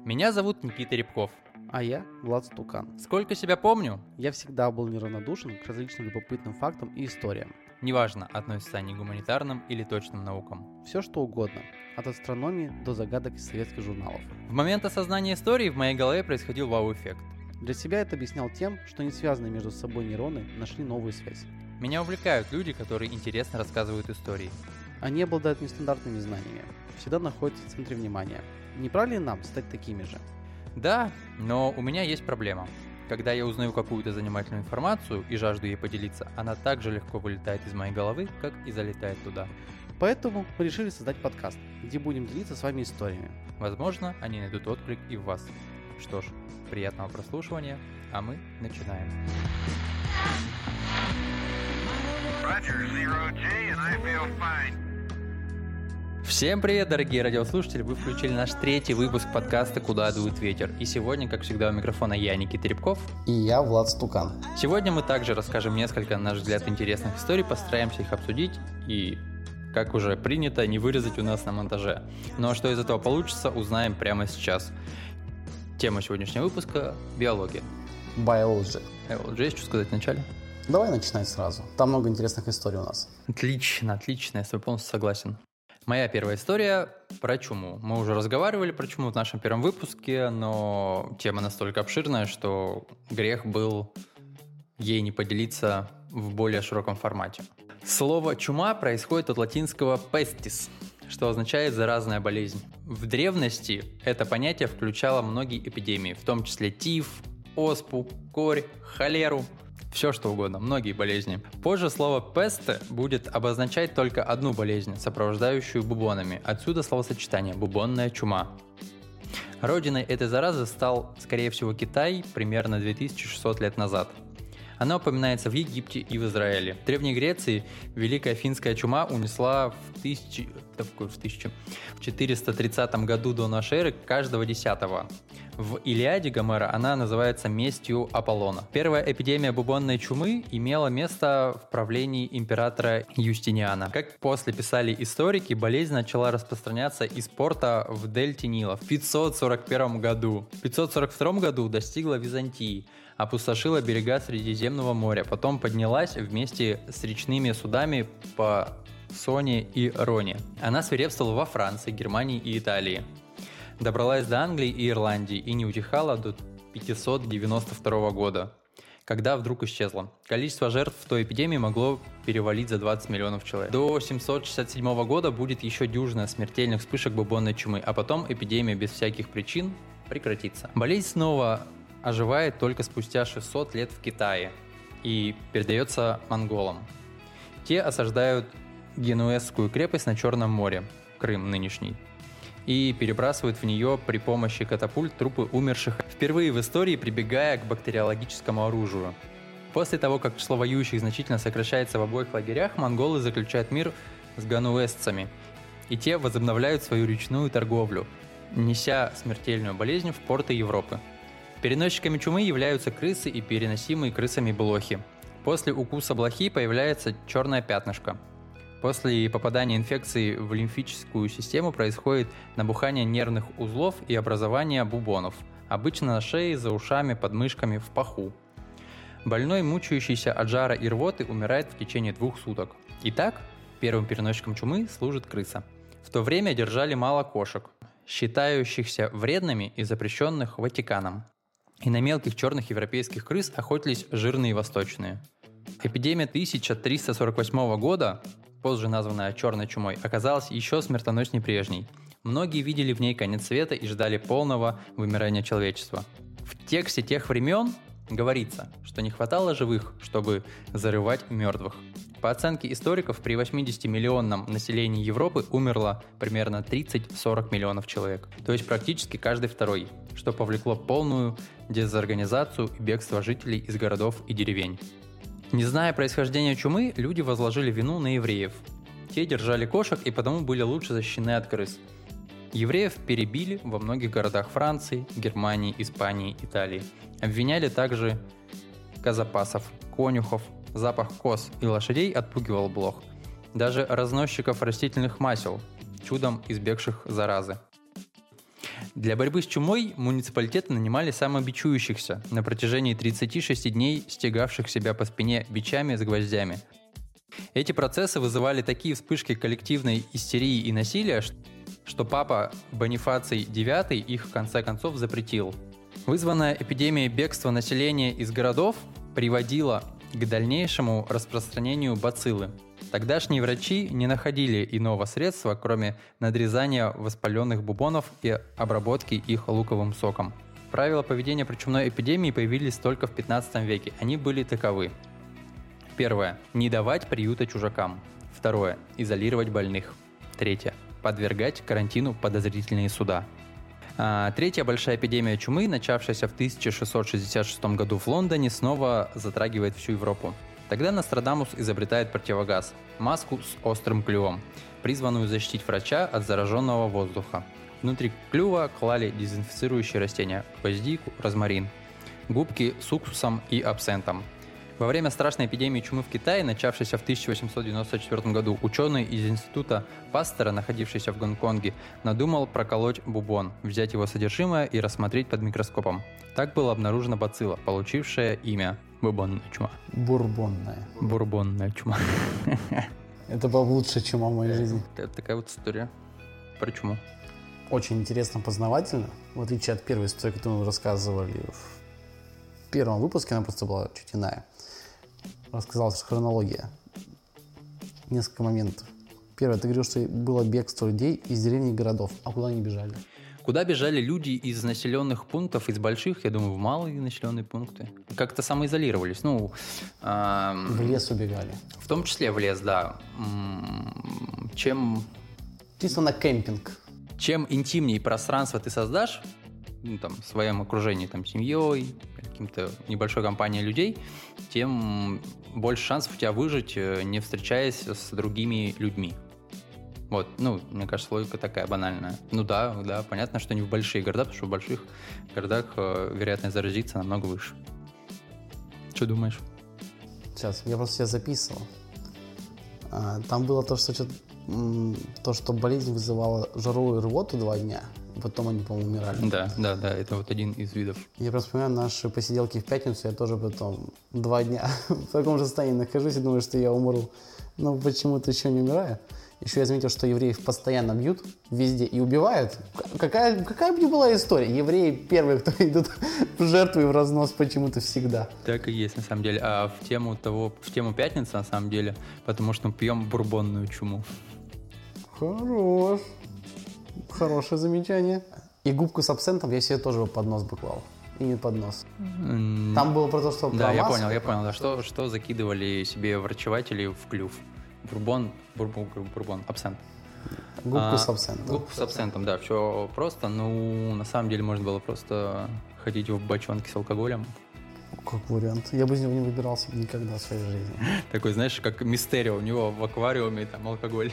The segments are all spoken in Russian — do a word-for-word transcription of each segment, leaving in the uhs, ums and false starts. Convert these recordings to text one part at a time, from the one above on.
Меня зовут Никита Рябков. А я Влад Стукан. Сколько себя помню, Я всегда был неравнодушен к различным любопытным фактам и историям. неважно, относятся они к гуманитарным или точным наукам. Все что угодно, от астрономии до загадок из советских журналов. В момент осознания истории в моей голове происходил вау-эффект. Для себя это объяснял тем, что не связанные между собой нейроны нашли новую связь. Меня увлекают люди, которые интересно рассказывают истории. Они обладают нестандартными знаниями, всегда находятся в центре внимания. Не пора ли нам стать такими же? Да, но у меня есть проблема. Когда я узнаю какую-то занимательную информацию и жажду ей поделиться, она так же легко вылетает из моей головы, как и залетает туда. Поэтому мы решили создать подкаст, где будем делиться с вами историями. Возможно, они найдут отклик и в вас. Что ж, приятного прослушивания, а мы начинаем. Roger, zero G, and I feel fine. Всем привет, дорогие радиослушатели! Вы включили наш третий выпуск подкаста «Куда дует ветер». И сегодня, как всегда, у микрофона я, Никита Рябков. И я Влад Стукан. Сегодня мы также расскажем несколько, на наш взгляд, интересных историй, постараемся их обсудить и, как уже принято, не вырезать у нас на монтаже. Но что из этого получится, узнаем прямо сейчас. Тема сегодняшнего выпуска – биология. Biology. Biology, есть что сказать вначале? Давай начинать сразу. Там много интересных историй у нас. Отлично, отлично, я с тобой полностью согласен. Моя первая история про чуму. Мы уже разговаривали про чуму в нашем первом выпуске, но тема настолько обширная, что грех был ей не поделиться в более широком формате. Слово «чума» происходит от латинского pestis, что означает «заразная болезнь». В древности это понятие включало многие эпидемии, в том числе тиф, оспу, корь, холеру, все что угодно, многие болезни. Позже слово «песте» будет обозначать только одну болезнь, сопровождающую бубонами. Отсюда словосочетание «бубонная чума». Родиной этой заразы стал, скорее всего, Китай примерно две тысячи шестьсот лет назад. Она упоминается в Египте и в Израиле. В Древней Греции Великая финская чума унесла в, тысячи, в, тысячу, в четыреста тридцатом году до нашей эры каждого десятого. В Илиаде Гомера она называется местью Аполлона. Первая эпидемия бубонной чумы имела место в правлении императора Юстиниана. Как после писали историки, болезнь начала распространяться из порта в дельте Нила в пятьсот сорок первом году. В пятьсот сорок втором году достигла Византии, опустошила берега Средиземного моря, потом поднялась вместе с речными судами по Соне и Роне. Она свирепствовала во Франции, Германии и Италии. Добралась до Англии и Ирландии и не утихала до пятьсот девяносто второго года, когда вдруг исчезла. Количество жертв в той эпидемии могло перевалить за двадцать миллионов человек. До семьсот шестьдесят седьмого года будет еще дюжина смертельных вспышек бубонной чумы, а потом эпидемия без всяких причин прекратится. Болезнь снова оживает только спустя шестьсот лет в Китае и передается монголам. Те осаждают Генуэзскую крепость на Черном море, Крым нынешний, и перебрасывают в нее при помощи катапульт трупы умерших, впервые в истории прибегая к бактериологическому оружию. После того, как число воюющих значительно сокращается в обоих лагерях, монголы заключают мир с генуэзцами, и те возобновляют свою речную торговлю, неся смертельную болезнь в порты Европы. Переносчиками чумы являются крысы и переносимые крысами блохи. После укуса блохи появляется черное пятнышко. После попадания инфекции в лимфическую систему происходит набухание нервных узлов и образование бубонов, обычно на шее, за ушами, под мышками, в паху. Больной, мучающийся от жара и рвоты, умирает в течение двух суток. Итак, первым переносчиком чумы служит крыса. В то время держали мало кошек, считающихся вредными и запрещенных Ватиканом. И на мелких черных европейских крыс охотились жирные восточные. Эпидемия тысяча триста сорок восьмого года, позже названная черной чумой, оказалась еще смертоноснее прежней. Многие видели в ней конец света и ждали полного вымирания человечества. В тексте тех времен говорится, что не хватало живых, чтобы зарывать мертвых. По оценке историков, при восьмидесятимиллионном населении Европы умерло примерно тридцать-сорок миллионов человек, то есть практически каждый второй, что повлекло полную дезорганизацию и бегство жителей из городов и деревень. Не зная происхождения чумы, люди возложили вину на евреев. Те держали кошек и потому были лучше защищены от крыс. Евреев перебили во многих городах Франции, Германии, Испании, Италии. Обвиняли также казапасов, конюхов. Запах коз и лошадей отпугивал блох. Даже разносчиков растительных масел, чудом избегших заразы. Для борьбы с чумой муниципалитеты нанимали самобичующихся, на протяжении тридцати шести дней стягавших себя по спине бичами с гвоздями. Эти процессы вызывали такие вспышки коллективной истерии и насилия, что папа Бонифаций девятый их в конце концов запретил. Вызванная эпидемией бегства населения из городов приводила к дальнейшему распространению бациллы. Тогдашние врачи не находили иного средства, кроме надрезания воспаленных бубонов и обработки их луковым соком. Правила поведения при чумной эпидемии появились только в пятнадцатом веке. Они были таковы. Первое. Не давать приюта чужакам. Второе. Изолировать больных. Третье. Подвергать карантину подозрительные суда. А, третья большая эпидемия чумы, начавшаяся в тысяча шестьсот шестьдесят шестом году в Лондоне, снова затрагивает всю Европу. Тогда Нострадамус изобретает противогаз – маску с острым клювом, призванную защитить врача от зараженного воздуха. Внутри клюва клали дезинфицирующие растения – гвоздику, розмарин, губки с уксусом и абсентом. Во время страшной эпидемии чумы в Китае, начавшейся в тысяча восемьсот девяносто четвёртом году, ученый из института Пастера, находившийся в Гонконге, надумал проколоть бубон, взять его содержимое и рассмотреть под микроскопом. Так была обнаружена бацилла, получившая имя бубонная чума. Бурбонная. Бурбонная чума. Это была лучшая чума в моей жизни. Это такая вот история про чуму. Очень интересно, познавательно. В отличие от первой истории, которую мы рассказывали в первом выпуске, она просто была чуть иная. Рассказалась хронология. Несколько моментов. Первое, ты говорил, что было бегство людей из деревень и городов. А куда они бежали? Куда бежали люди из населенных пунктов, из больших, я думаю, в малые населенные пункты? Как-то самоизолировались. Ну, эм, В лес убегали. В том числе в лес, да. М, Чем, Чисто на кемпинг. чем интимнее пространство ты создашь, ну, там, в своем окружении, там, семьей, каким-то небольшой компанией людей, тем больше шансов у тебя выжить, не встречаясь с другими людьми. Вот, ну, мне кажется, логика такая банальная. Ну да, да, понятно, что не в большие города, потому что в больших городах э, вероятность заразиться намного выше. Что думаешь? Сейчас, я просто себя записывал. А, там было то, что, что-то, м, то, что болезнь вызывала жару и рвоту два дня, и потом они, по-моему, умирали. Да, да, да, это вот один из видов. Я просто вспоминаю наши посиделки в пятницу, я тоже потом два дня в таком же состоянии нахожусь и думаю, что я умру. Но почему-то еще не умираю. Еще я заметил, что евреев постоянно бьют везде и убивают. Какая, какая бы ни была история, евреи первые, кто идут в жертву и в разнос почему-то всегда. Так и есть, на самом деле. А в тему того, в тему пятницы, на самом деле, потому что мы пьем бурбонную чуму. Хорош. Хорошее замечание. И губку с абсентом я себе тоже под нос бы клал. И не под нос. М, Там было про то, что... Да, про я маску. понял, я понял. Да, что, что закидывали себе врачеватели в клюв? Бурбон, бурбон, бурбон, абсент. Губку А, с абсентом. Губку с абсентом, да, все просто. Ну, на самом деле можно было просто ходить в бочонке с алкоголем. Как вариант. Я бы из него не выбирался никогда в своей жизни. Такой, знаешь, как Мистерио, у него в аквариуме там алкоголь.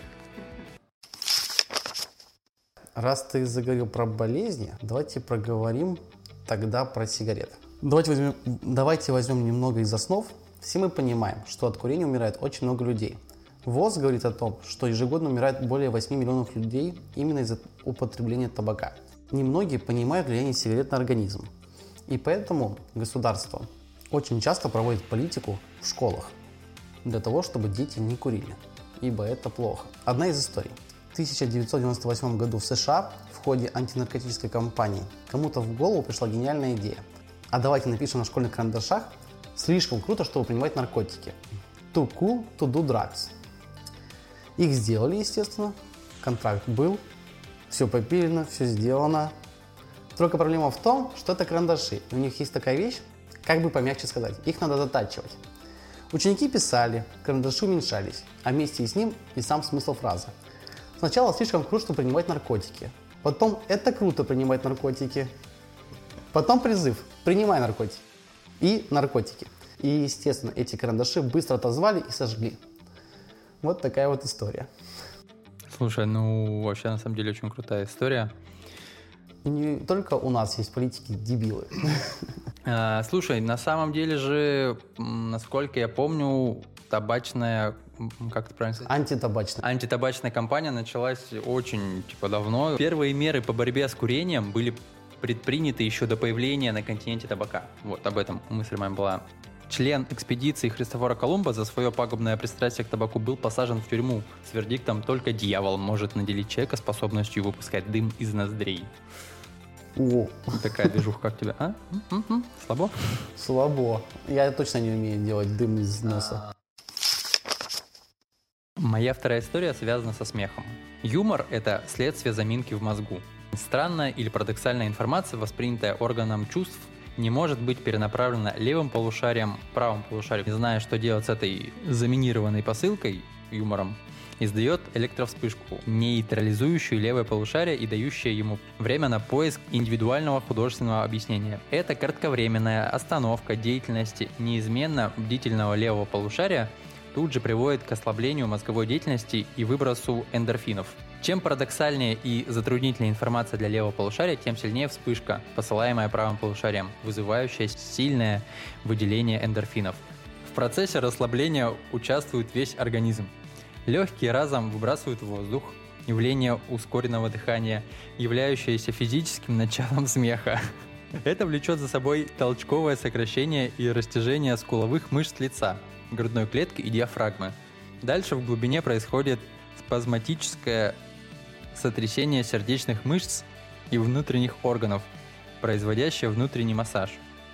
Раз ты заговорил про болезни, давайте проговорим тогда про сигареты. Давайте возьмем, давайте возьмем немного из основ. Все мы понимаем, что от курения умирает очень много людей. ВОЗ говорит о том, что ежегодно умирает более восьми миллионов людей именно из-за употребления табака. Немногие понимают влияние сигарет на организм. И поэтому государство очень часто проводит политику в школах для того, чтобы дети не курили, ибо это плохо. Одна из историй. В тысяча девятьсот девяносто восьмом году в США в ходе антинаркотической кампании кому-то в голову пришла гениальная идея. А давайте напишем на школьных карандашах: слишком круто, чтобы принимать наркотики. Too cool to do drugs. Их сделали, естественно. Контракт был. Все попилено, все сделано. Только проблема в том, что это карандаши. И у них есть такая вещь, как бы помягче сказать. Их надо затачивать. Ученики писали, карандаши уменьшались, а вместе с ним и сам смысл фразы. Сначала слишком круто, чтобы принимать наркотики. Потом это круто принимать наркотики. Потом призыв: принимай наркотики. И наркотики. И, естественно, эти карандаши быстро отозвали и сожгли. Вот такая вот история. Слушай, ну вообще на самом деле очень крутая история. И не только у нас есть политики-дебилы. А, слушай, на самом деле же, м, насколько я помню, табачная, как это правильно сказать? Антитабачная. Антитабачная кампания началась очень типа давно. Первые меры по борьбе с курением были предприняты еще до появления на континенте табака. Вот об этом мысль моя была. Член экспедиции Христофора Колумба за свое пагубное пристрастие к табаку был посажен в тюрьму с вердиктом «Только дьявол может наделить человека способностью выпускать дым из ноздрей». О, Такая движуха, как тебе, а? М-м-м. Слабо? слабо. Я точно не умею делать дым из носа. Моя вторая история связана со смехом. Юмор – это следствие заминки в мозгу. Странная или парадоксальная информация, воспринятая органом чувств, не может быть перенаправлена левым полушарием, правым полушарием. Не зная, что делать с этой заминированной посылкой, юмором, издает электровспышку, нейтрализующую левое полушарие и дающее ему время на поиск индивидуального художественного объяснения. Это кратковременная остановка деятельности неизменно бдительного левого полушария тут же приводит к ослаблению мозговой деятельности и выбросу эндорфинов. Чем парадоксальнее и затруднительнее информация для левого полушария, тем сильнее вспышка, посылаемая правым полушарием, вызывающая сильное выделение эндорфинов. В процессе расслабления участвует весь организм. Легкие разом выбрасывают воздух, явление ускоренного дыхания, являющееся физическим началом смеха. Это влечет за собой толчковое сокращение и растяжение скуловых мышц лица, грудной клетки и диафрагмы. Дальше в глубине происходит спазматическое сотрясение сердечных мышц и внутренних органов, производящее внутренний массаж.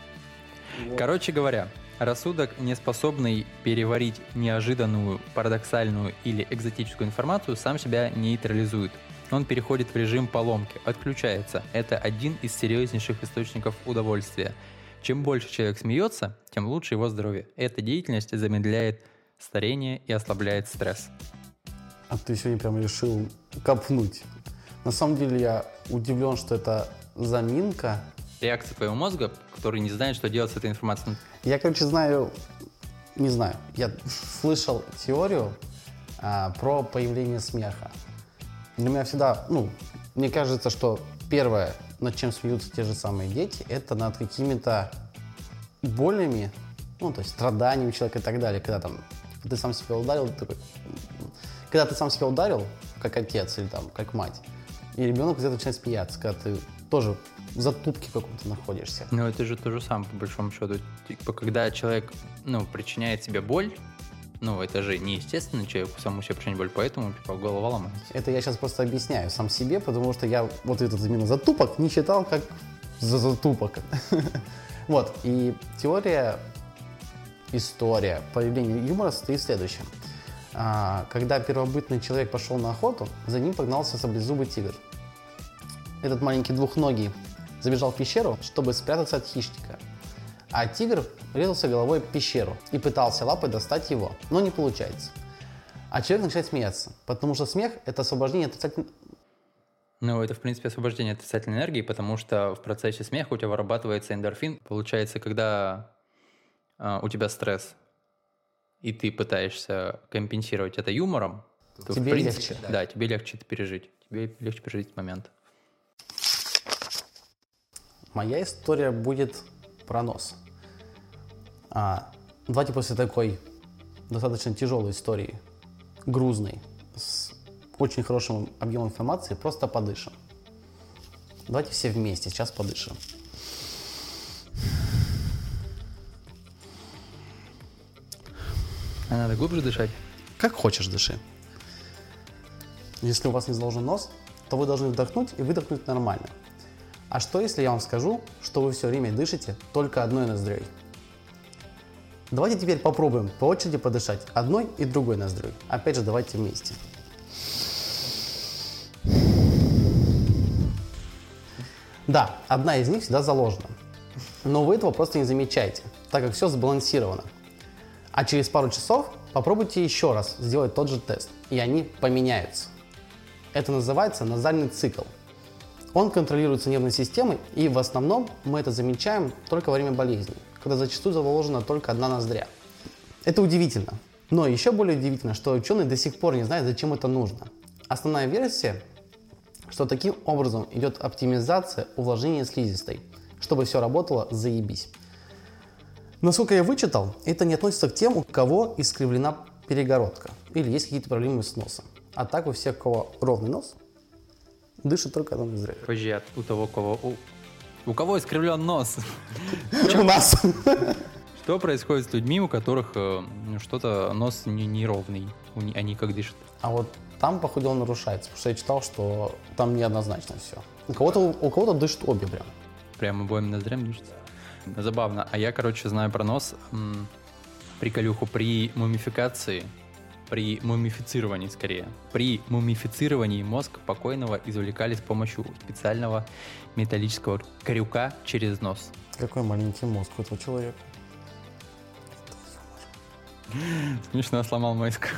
Короче говоря, рассудок, не способный переварить неожиданную, парадоксальную или экзотическую информацию, сам себя нейтрализует. Он переходит в режим поломки, отключается. Это один из серьезнейших источников удовольствия. Чем больше человек смеется, тем лучше его здоровье. Эта деятельность замедляет старение и ослабляет стресс. А ты сегодня прям решил копнуть. На самом деле я удивлен, что это заминка. Реакция твоего мозга, который не знает, что делать с этой информацией. Я, короче, знаю, не знаю, я слышал теорию а, про появление смеха. Для меня всегда, ну, мне кажется, что первое, над чем смеются те же самые дети, это над какими-то болями, ну, то есть страданиями человека и так далее, когда там ты сам себя ударил, ты такой... Когда ты сам себя ударил, как отец или там, как мать, и ребенок из этого начинает смеяться, когда ты тоже в затупке каком-то находишься. Ну, это же то же самое, по большому счету. Типа, когда человек, ну, причиняет себе боль, ну, это же неестественно человеку самому себе причинять боль, поэтому, типа, голова ломается. Это я сейчас просто объясняю сам себе, потому что я вот этот именно затупок не считал как за затупок. Вот, и теория, история появления юмора состоит в следующем. Когда первобытный человек пошел на охоту, за ним погнался саблезубый тигр. Этот маленький двухногий забежал в пещеру, чтобы спрятаться от хищника. А тигр врезался головой в пещеру и пытался лапой достать его, но не получается. А человек начинает смеяться, потому что смех – это освобождение отрицательной... Ну, это, в принципе, освобождение отрицательной энергии, потому что в процессе смеха у тебя вырабатывается эндорфин. Получается, когда э, у тебя стресс, и ты пытаешься компенсировать это юмором, то, тебе в принципе, легче. Да, тебе легче это пережить. Тебе легче пережить этот момент. Моя история будет про нос. А, давайте после такой достаточно тяжелой истории, грузной, с очень хорошим объемом информации, просто подышим. Давайте все вместе сейчас подышим. А надо глубже дышать? Как хочешь дыши. Если у вас не заложен нос, то вы должны вдохнуть и выдохнуть нормально. А что, если я вам скажу, что вы все время дышите только одной ноздрёй? Давайте теперь попробуем по очереди подышать одной и другой ноздрёй. Опять же, давайте вместе. Да, одна из них всегда заложена. Но вы этого просто не замечаете, так как все сбалансировано. А через пару часов попробуйте еще раз сделать тот же тест, и они поменяются. Это называется назальный цикл. Он контролируется нервной системой, и в основном мы это замечаем только во время болезни, когда зачастую заложена только одна ноздря. Это удивительно. Но еще более удивительно, что ученые до сих пор не знают, зачем это нужно. Основная версия, что таким образом идет оптимизация увлажнения слизистой, чтобы все работало заебись. Насколько я вычитал, это не относится к тем, у кого искривлена перегородка или есть какие-то проблемы с носом. А так у всех, у кого ровный нос, дышит только одно ноздревие. Позже от- у того, кого... У, у кого искривлен нос. У нас. Что происходит с людьми, у которых э, ну, что-то нос не- неровный, у не- они как дышат? А вот там, походу, он нарушается, потому что я читал, что там неоднозначно все. У кого-то, у кого-то дышит обе прям. Прям обоим ноздрям дышится. Забавно. А я, короче, знаю про нос м, приколюху при мумификации, при мумифицировании скорее. При мумифицировании мозг покойного извлекали с помощью специального металлического крюка через нос. Какой маленький мозг у этого человека. Смешно сломал мозг.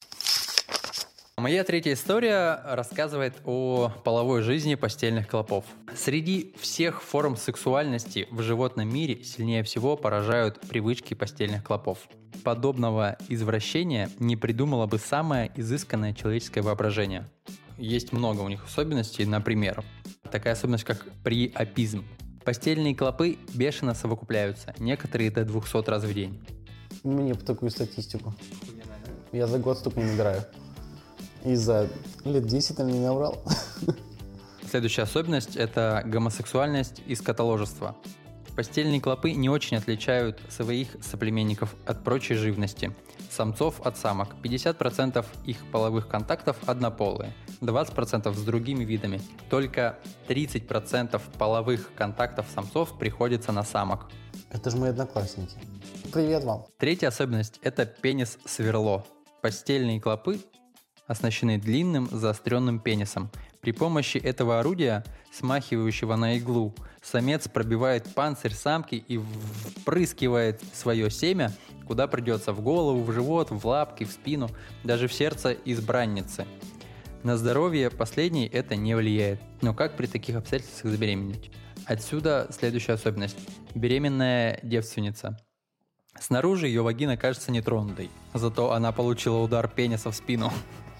Моя третья история рассказывает о половой жизни постельных клопов. Среди всех форм сексуальности в животном мире сильнее всего поражают привычки постельных клопов. Подобного извращения не придумало бы самое изысканное человеческое воображение. Есть много у них особенностей, например, такая особенность, как приапизм. Постельные клопы бешено совокупляются, некоторые до двухсот раз в день. Мне по такую статистику. Я за год столько не набираю. И за лет десять, наверное, не набрал. Следующая особенность – это гомосексуальность и скотоложество. Постельные клопы не очень отличают своих соплеменников от прочей живности. Самцов от самок. пятьдесят процентов их половых контактов однополые, двадцать процентов с другими видами. Только тридцать процентов половых контактов самцов приходится на самок. Это же мои одноклассники. Привет вам. Третья особенность – это пенис-сверло. Постельные клопы оснащены длинным заостренным пенисом. При помощи этого орудия, смахивающего на иглу, самец пробивает панцирь самки и впрыскивает свое семя, куда придется: в голову, в живот, в лапки, в спину, даже в сердце избранницы. На здоровье последней это не влияет. Но как при таких обстоятельствах забеременеть? Отсюда следующая особенность. Беременная девственница. Снаружи ее вагина кажется нетронутой, зато она получила удар пениса в спину.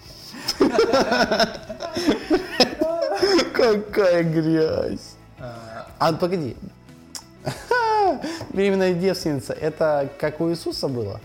Какая грязь. А, погоди. Беременная девственница, это как у Иисуса было?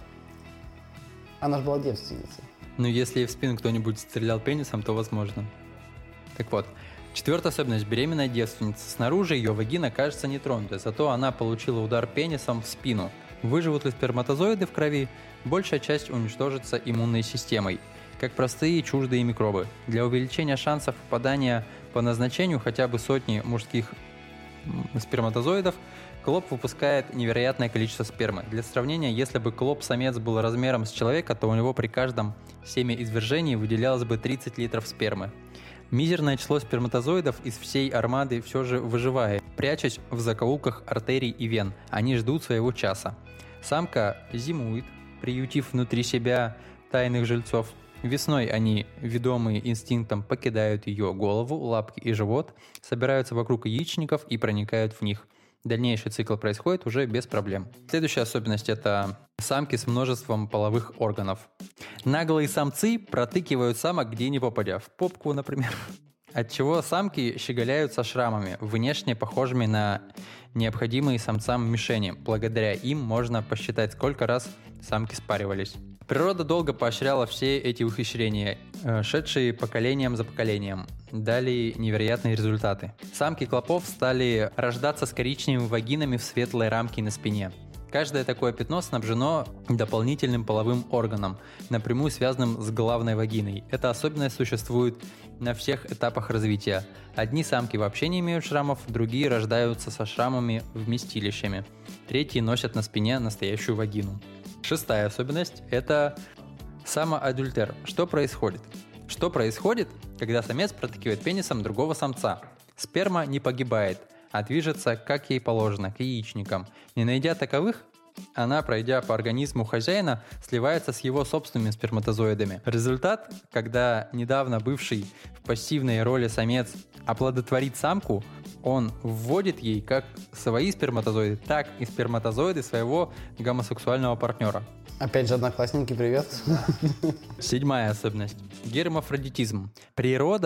Она же была девственницей. Ну, если ей в спину кто-нибудь стрелял пенисом, то возможно. Так вот, четвертая особенность. Беременная девственница. Снаружи ее вагина кажется нетронутой, зато она получила удар пенисом в спину. Выживут ли сперматозоиды в крови, большая часть уничтожится иммунной системой, как простые чуждые микробы. Для увеличения шансов попадания по назначению хотя бы сотни мужских сперматозоидов клоп выпускает невероятное количество спермы. Для сравнения, если бы клоп-самец был размером с человека, то у него при каждом семяизвержении выделялось бы тридцать литров спермы. Мизерное число сперматозоидов из всей армады все же выживает, прячась в закоулках артерий и вен. Они ждут своего часа. Самка зимует, приютив внутри себя тайных жильцов. Весной они, ведомые инстинктом, покидают ее голову, лапки и живот, собираются вокруг яичников и проникают в них. Дальнейший цикл происходит уже без проблем. Следующая особенность – это самки с множеством половых органов. Наглые самцы протыкивают самок где ни попадя, в попку, например. Отчего самки щеголяют со шрамами, внешне похожими на необходимые самцам мишени. Благодаря им можно посчитать, сколько раз самки спаривались. Природа долго поощряла все эти ухищрения, шедшие поколением за поколением, дали невероятные результаты. Самки клопов стали рождаться с коричневыми вагинами в светлой рамке на спине. Каждое такое пятно снабжено дополнительным половым органом, напрямую связанным с главной вагиной. Эта особенность существует на всех этапах развития. Одни самки вообще не имеют шрамов, другие рождаются со шрамами вместилищами, третьи носят на спине настоящую вагину. Шестая особенность – это самоадюльтер. Что происходит? Что происходит, когда самец протыкивает пенисом другого самца? Сперма не погибает, а движется, как ей положено, к яичникам. Не найдя таковых, она, пройдя по организму хозяина, сливается с его собственными сперматозоидами. Результат, когда недавно бывший в пассивной роли самец оплодотворит самку, он вводит ей как свои сперматозоиды, так и сперматозоиды своего гомосексуального партнера. Опять же, одноклассники, привет. Седьмая особенность. Гермафродитизм. Природа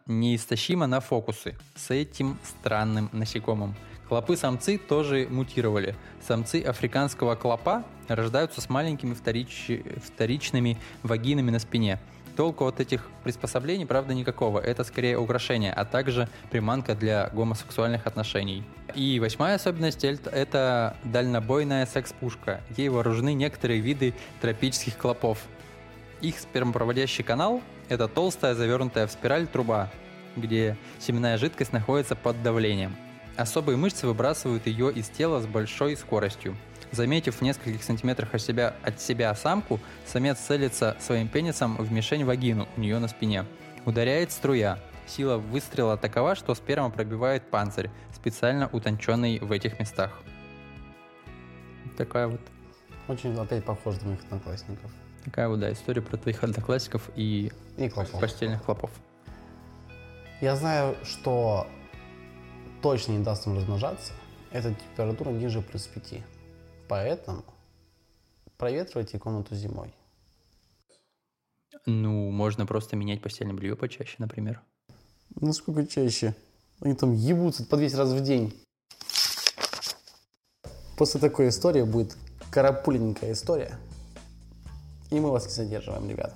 неистощима на фокусы с этим странным насекомым. Клопы-самцы тоже мутировали. Самцы африканского клопа рождаются с маленькими вторич... вторичными вагинами на спине. Толку от этих приспособлений, правда, никакого. Это скорее украшение, а также приманка для гомосексуальных отношений. И восьмая особенность – это дальнобойная секс-пушка. Ей вооружены некоторые виды тропических клопов. Их спермопроводящий канал – это толстая, завернутая в спираль труба, где семенная жидкость находится под давлением. Особые мышцы выбрасывают ее из тела с большой скоростью. Заметив в нескольких сантиметрах от себя, от себя самку, самец целится своим пенисом в мишень-вагину у нее на спине. Ударяет струя. Сила выстрела такова, что сперма пробивает панцирь, специально утонченный в этих местах. Такая вот. Очень опять похож на моих одноклассников. Такая вот, да, история про твоих одноклассников и, И клопов. постельных клопов. Я знаю, что точно не даст им размножаться. Это температура ниже плюс пяти. Поэтому проветривайте комнату зимой. Ну, можно просто менять постельное белье почаще, например. Насколько чаще? Они там ебутся по двести раз в день. После такой истории будет карапуленькая история. И мы вас не задерживаем, ребята.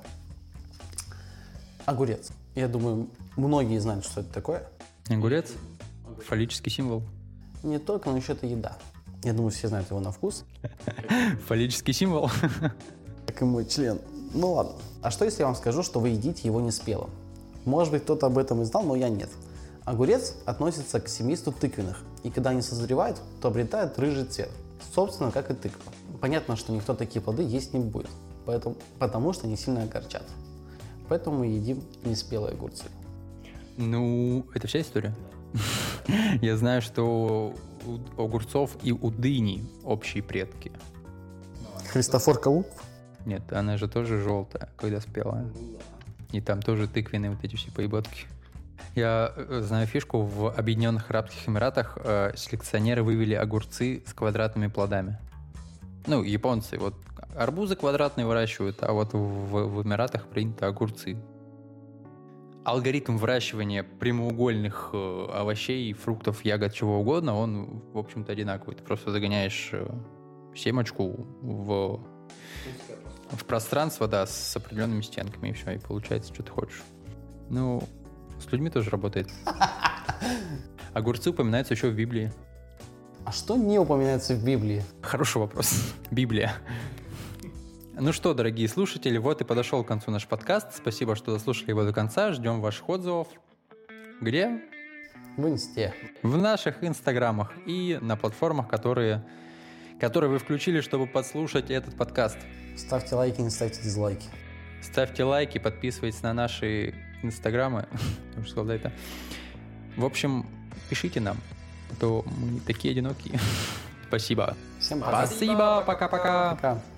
Огурец. Я думаю, многие знают, что это такое. Огурец? Фаллический символ. Не только, но еще это еда. Я думаю, все знают его на вкус. Фаллический символ? Как и мой член. Ну ладно. А что, если я вам скажу, что вы едите его неспелым? Может быть, кто-то об этом и знал, но я нет. Огурец относится к семейству тыквенных. И когда они созревают, то обретают рыжий цвет. Собственно, как и тыква. Понятно, что никто такие плоды есть не будет. Поэтому, потому что они сильно огорчат. Поэтому мы едим неспелые огурцы. Ну, это вся история. Я знаю, что у огурцов и у дыни общие предки. Христофор Колумб? Нет, она же тоже желтая, когда спелая. И там тоже тыквенные вот эти все поеботки. Я знаю фишку, в Объединенных Арабских Эмиратах э, селекционеры вывели огурцы с квадратными плодами. Ну, японцы вот арбузы квадратные выращивают, а вот в, в Эмиратах принято огурцы. Алгоритм выращивания прямоугольных э, овощей, фруктов, ягод, чего угодно, он, в общем-то, одинаковый. Ты просто загоняешь э, семечку в, в пространство, да, с определенными стенками, и все, и получается, что ты хочешь. Ну, с людьми тоже работает. Огурцы упоминаются еще в Библии. А что не упоминается в Библии? Хороший вопрос. Библия. Ну что, дорогие слушатели, вот и подошел к концу наш подкаст. Спасибо, что дослушали его до конца. Ждем ваших отзывов. Где? В инсте. В наших инстаграмах и на платформах, которые, которые вы включили, чтобы подслушать этот подкаст. Ставьте лайки, не ставьте дизлайки. Ставьте лайки, подписывайтесь на наши инстаграмы. Я уже сказал, да, это. В общем, пишите нам, а то мы такие одинокие. Спасибо. Всем пока. Спасибо, пока-пока. Пока.